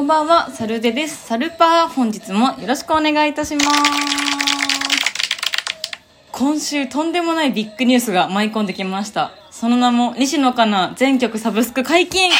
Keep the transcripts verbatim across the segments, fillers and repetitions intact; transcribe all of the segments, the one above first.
こんばんは、サルデです。サルパー、本日もよろしくお願いいたします。今週とんでもないビッグニュースが舞い込んできました。その名も西野カナ全曲サブスク解禁。やば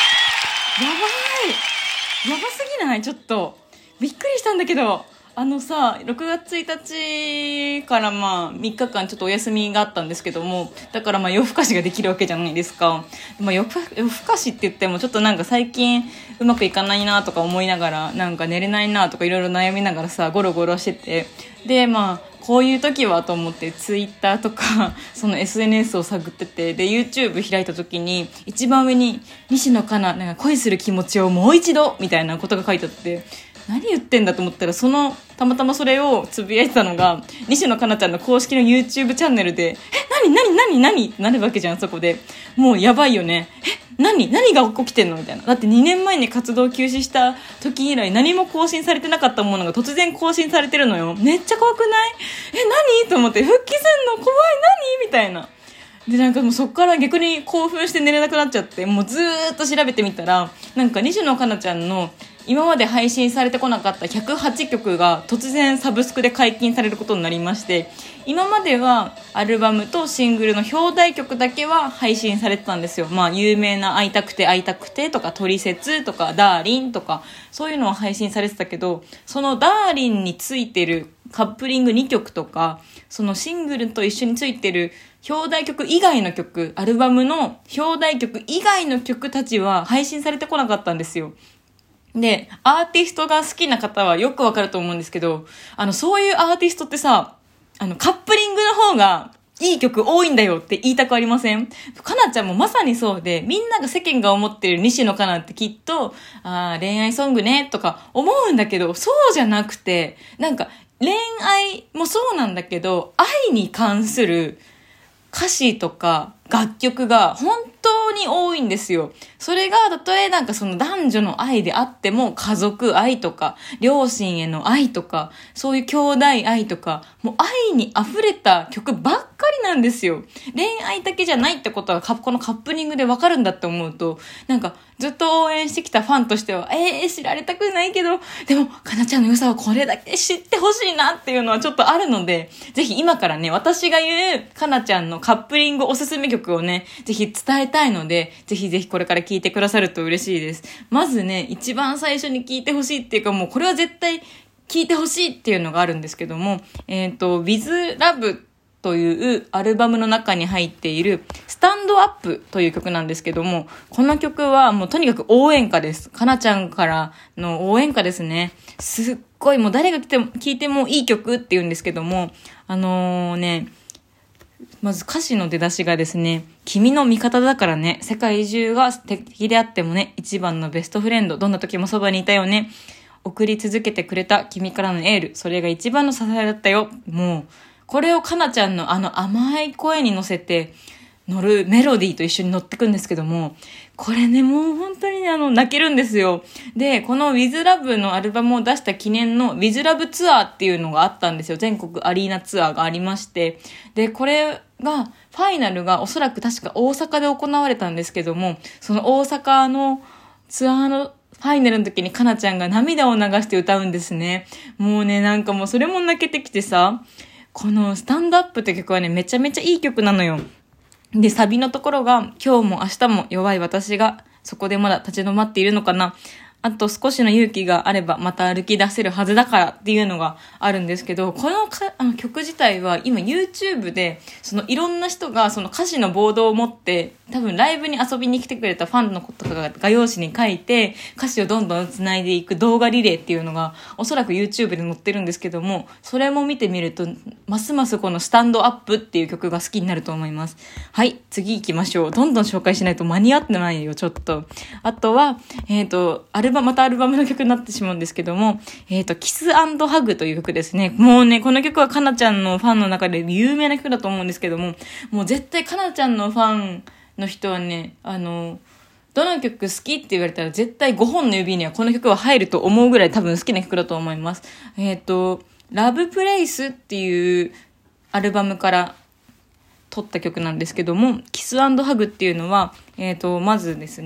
い、やばすぎない？ちょっとびっくりしたんだけど、あのさ、ろくがつついたちからまあみっかかんちょっとお休みがあったんですけども、だからまあ夜更かしができるわけじゃないですか。まあ、夜夜更かしって言ってもちょっとなんか最近うまくいかないなとか思いながら、なんか寝れないなとかいろいろ悩みながらさ、ゴロゴロしてて、でまあこういう時はと思ってツイッターとかその エスエヌエス を探ってて、で YouTube 開いた時に一番上に西野カナなんか恋する気持ちをもう一度みたいなことが書いてあって、何言ってんだと思ったら、そのたまたまそれをつぶやいてたのが西野カナちゃんの公式の YouTube チャンネルで、え何何何何ってなるわけじゃん。そこでもうやばいよね。え何何が起きてんのみたいな。だってにねんまえに活動休止した時以来何も更新されてなかったものが突然更新されてるのよ。めっちゃ怖くない？え何と思って、復帰すんの怖い、何みたいな。でなんかもうそっから逆に興奮して寝れなくなっちゃって、もうずーっと調べてみたら、なんか西野カナちゃんの今まで配信されてこなかったひゃくはちきょくが突然サブスクで解禁されることになりまして、今まではアルバムとシングルの表題曲だけは配信されてたんですよ。まあ有名な会いたくて会いたくてとかトリセツとかダーリンとかそういうのは配信されてたけど、そのダーリンについてるカップリングにきょくとか、そのシングルと一緒についてる表題曲以外の曲、アルバムの表題曲以外の曲たちは配信されてこなかったんですよ。で、アーティストが好きな方はよくわかると思うんですけど、あの、そういうアーティストってさ、あの、カップリングの方がいい曲多いんだよって言いたくありません？かなちゃんもまさにそうで、みんなが世間が思ってる西野カナってきっと、あー恋愛ソングねとか思うんだけど、そうじゃなくて、なんか恋愛もそうなんだけど、愛に関する歌詞とか楽曲が本当に多いんですよ。それがたとえなんかその男女の愛であっても、家族愛とか両親への愛とかそういう兄弟愛とか、もう愛に溢れた曲ばっかりなんですよ。恋愛だけじゃないってことがこのカップリングでわかるんだって思うと、なんかずっと応援してきたファンとしては、えー知られたくないけど、でもかなちゃんの良さをこれだけ知ってほしいなっていうのはちょっとあるので、ぜひ今からね、私が言うかなちゃんのカップリングおすすめ曲をね、ぜひ伝えたいので、ぜひぜひこれから聞いてくださると嬉しいです。まずね、一番最初に聞いてほしいっていうか、もうこれは絶対聞いてほしいっていうのがあるんですけども、えっと With Love というアルバムの中に入っているスタンドアップという曲なんですけども、この曲はもうとにかく応援歌です。かなちゃんからの応援歌ですね。すっごいもう誰が来ても聞いてもいい曲って言うんですけども、あのー、ねまず歌詞の出だしがですね、君の味方だからね、世界中が敵であってもね、一番のベストフレンド、どんな時もそばにいたよね、送り続けてくれた君からのエール、それが一番の支えだったよ。もうこれをかなちゃんのあの甘い声に乗せて乗るメロディーと一緒に乗ってくんですけども、これね、もう本当にね、あの泣けるんですよ。で、この With Love のアルバムを出した記念の With Love ツアーっていうのがあったんですよ。全国アリーナツアーがありまして、でこれがファイナルがおそらく確か大阪で行われたんですけども、その大阪のツアーのファイナルの時にかなちゃんが涙を流して歌うんですね。もうね、なんかもうそれも泣けてきてさ、このスタンドアップって曲はね、めちゃめちゃいい曲なのよ。で、サビのところが、今日も明日も弱い私がそこでまだ立ち止まっているのかな、あと少しの勇気があればまた歩き出せるはずだからっていうのがあるんですけど、このかあの曲自体は今 YouTube でそのいろんな人がその歌詞のボードを持って、多分ライブに遊びに来てくれたファンの子とかが画用紙に書いて歌詞をどんどんつないでいく動画リレーっていうのがおそらく YouTube で載ってるんですけども、それも見てみるとますますこのスタンドアップっていう曲が好きになると思います。はい、次行きましょう。どんどん紹介しないと間に合ってないよ、ちょっと。あとはえっとアルバムまたアルバムの曲になってしまうんですけども、えっとキス&ハグという曲ですね。もうね、この曲はかなちゃんのファンの中で有名な曲だと思うんですけども、もう絶対かなちゃんのファンの人はね、あのどの曲好きって言われたら絶対ごほんの指にはこの曲は入ると思うぐらい多分好きな曲だと思います。えっとラブプレイスっていうアルバムから撮った曲なんですけども、キス&ハグっていうのは、えっとまずですね、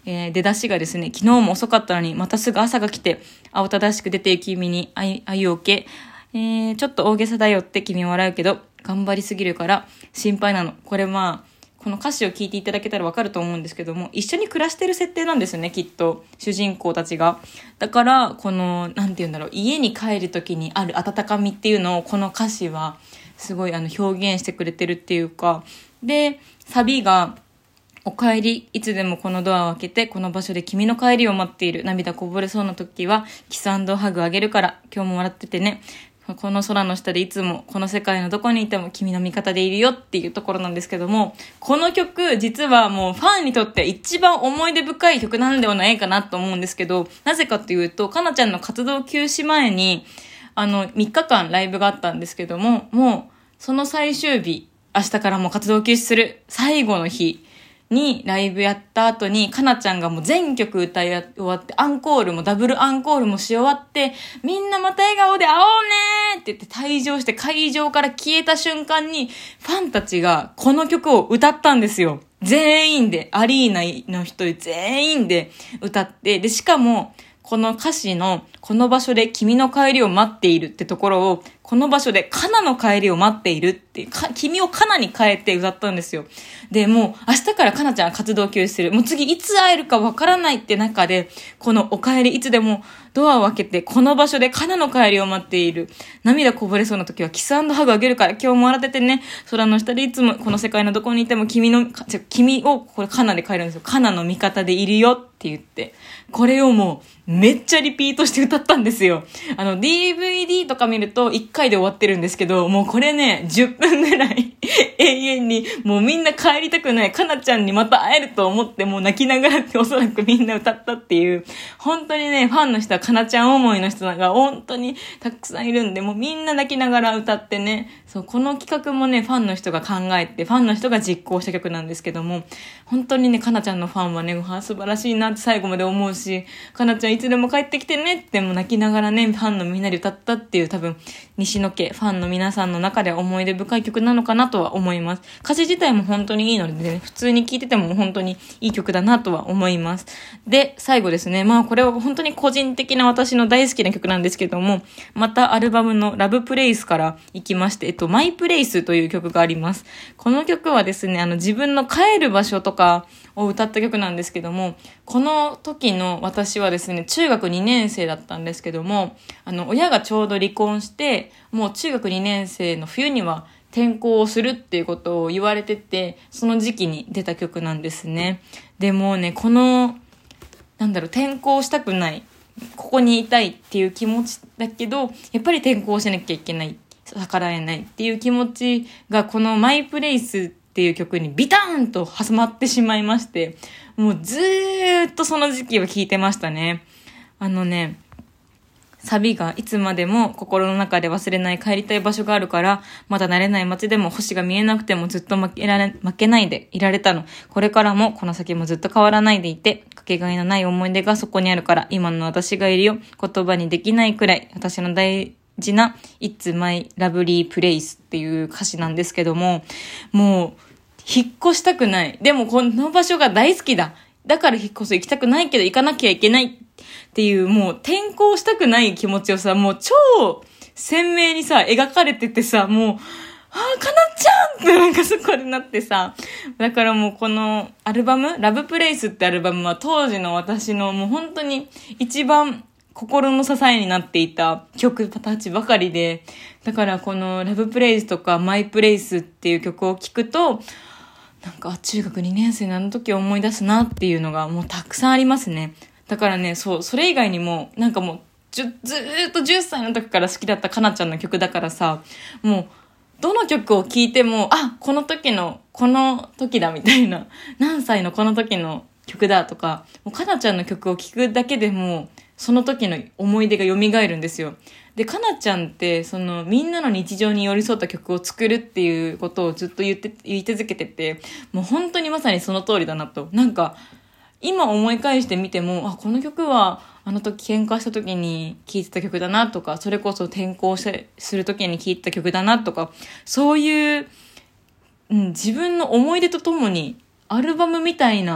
えー、出だしがですね、昨日も遅かったのにまたすぐ朝が来て、慌ただしく出て行く君に愛愛を受け、えー、ちょっと大げさだよって君は笑うけど頑張りすぎるから心配なの。これまあこの歌詞を聞いていただけたらわかると思うんですけども、一緒に暮らしてる設定なんですよね、きっと主人公たちが。だからこのなんて言うんだろう、家に帰る時にある温かみっていうのをこの歌詞はすごいあの表現してくれてるっていうか。でサビがお帰り、いつでもこのドアを開けて、この場所で君の帰りを待っている。涙こぼれそうな時は、キス&ハグあげるから、今日も笑っててね。この空の下でいつも、この世界のどこにいても君の味方でいるよっていうところなんですけども、この曲、実はもうファンにとって一番思い出深い曲なんではないかなと思うんですけど、なぜかというと、かなちゃんの活動休止前に、あの、みっかかんライブがあったんですけども、もう、その最終日、明日からもう活動休止する最後の日、にライブやった後にかなちゃんがもう全曲歌い終わってアンコールもダブルアンコールもし終わってみんなまた笑顔で会おうねって言って退場して会場から消えた瞬間にファンたちがこの曲を歌ったんですよ。全員でアリーナの人全員で歌ってでしかもこの歌詞のこの場所で君の帰りを待っているってところをこの場所でカナの帰りを待っているってか君をカナに変えて歌ったんですよ。でもう明日からカナちゃん活動休止する、もう次いつ会えるかわからないって中でこのお帰りいつでもドアを開けてこの場所でカナの帰りを待っている、涙こぼれそうな時はキス&ハグあげるから今日も笑っててね、空の下でいつもこの世界のどこにいても君の君をこれカナで帰るんですよ。カナの味方でいるよって言ってこれをもうめっちゃリピートして歌ったんですよ。あの ディーブイディー とか見るといっかいで終わってるんですけど、もうこれねじゅっぷんぐらい永遠にもうみんな帰りたくないかなちゃんにまた会えると思ってもう泣きながらっておそらくみんな歌ったっていう、本当にねファンの人はかなちゃん思いの人が本当にたくさんいるんで、もうみんな泣きながら歌ってね、そうこの企画もねファンの人が考えてファンの人が実行した曲なんですけども、本当にねかなちゃんのファンはね素晴らしいなって最後まで思うし、かなちゃんいつでも帰ってきてねっても泣きながらねファンのみんなで歌ったっていう、多分西野家ファンの皆さんの中で思い出深い曲なのかなとは思います。歌詞自体も本当にいいので、ね、普通に聴いてても本当にいい曲だなとは思います。で最後ですね、まあこれは本当に個人的な私の大好きな曲なんですけども、またアルバムのラブプレイスから行きまして、えっとマイプレイスという曲があります。この曲はですね、あの自分の帰る場所とかを歌った曲なんですけども、この時の私はですね中学にねん生だったんですけども、あの親がちょうど離婚してもう中学にねん生の冬には転校をするっていうことを言われてて、その時期に出た曲なんですね。でもねこのなんだろう転校したくない、ここにいたいっていう気持ちだけどやっぱり転校しなきゃいけない、逆らえないっていう気持ちがこのマイプレイスっていう曲にビターンと挟まってしまいまして、もうずーっとその時期は聴いてましたね。あのねサビがいつまでも心の中で忘れない帰りたい場所があるから、まだ慣れない街でも星が見えなくてもずっと負けられ、負けないでいられたの。これからもこの先もずっと変わらないでいて、かけがえのない思い出がそこにあるから、今の私がいるよ。言葉にできないくらい私の大事な It's my lovely place っていう歌詞なんですけども、もう引っ越したくない。でもこの場所が大好きだ。だから引っ越す、行きたくないけど行かなきゃいけない。っていうもう転校したくない気持ちをさ、もう超鮮明にさ描かれててさ、もうあーかなちゃんってなんかそこでなってさ、だからもうこのアルバムラブプレイスってアルバムは当時の私のもう本当に一番心の支えになっていた曲たちばかりで、だからこのラブプレイスとかマイプレイスっていう曲を聴くとなんか中学にねん生のあの時を思い出すなっていうのがもうたくさんありますね。だからね、そう、それ以外にも、なんかもう、ずずーっとじゅっさいの時から好きだったかなちゃんの曲だからさ、もう、どの曲を聴いても、あ、この時の、この時だみたいな、何歳のこの時の曲だとか、もうかなちゃんの曲を聴くだけでも、その時の思い出が蘇るんですよ。で、かなちゃんって、その、みんなの日常に寄り添った曲を作るっていうことをずっと言って、言い続けてて、もう本当にまさにその通りだなと。なんか、今思い返してみても、あ、この曲はあの時喧嘩した時に聴いてた曲だなとか、それこそ転校してする時に聴いてた曲だなとか、そういう、うん、自分の思い出とともにアルバムみたいな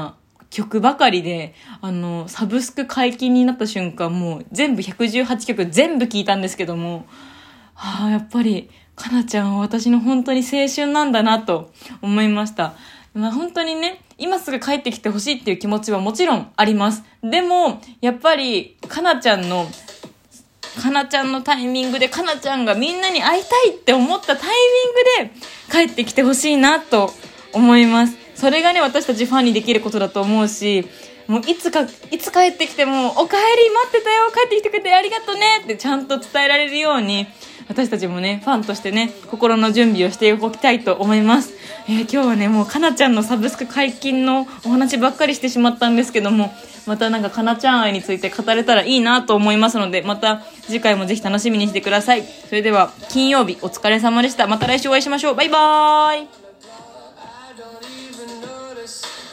曲ばかりで、あの、サブスク解禁になった瞬間、もう全部ひゃくじゅうはちきょく全部聞いたんですけども、はあ、やっぱり、かなちゃんは私の本当に青春なんだなと思いました。まあ本当にね、今すぐ帰ってきてほしいっていう気持ちはもちろんあります。でも、やっぱり、かなちゃんの、かなちゃんのタイミングで、かなちゃんがみんなに会いたいって思ったタイミングで帰ってきてほしいなと思います。それがね、私たちファンにできることだと思うし、もういつか、いつ帰ってきても、お帰り待ってたよ、帰ってきてくれてありがとねってちゃんと伝えられるように、私たちもね、ファンとしてね、心の準備をしておきたいと思います。えー、今日はね、もうかなちゃんのサブスク解禁のお話ばっかりしてしまったんですけども、またなんかかなちゃん愛について語れたらいいなと思いますので、また次回もぜひ楽しみにしてください。それでは金曜日お疲れ様でした。また来週お会いしましょう。バイバーイ。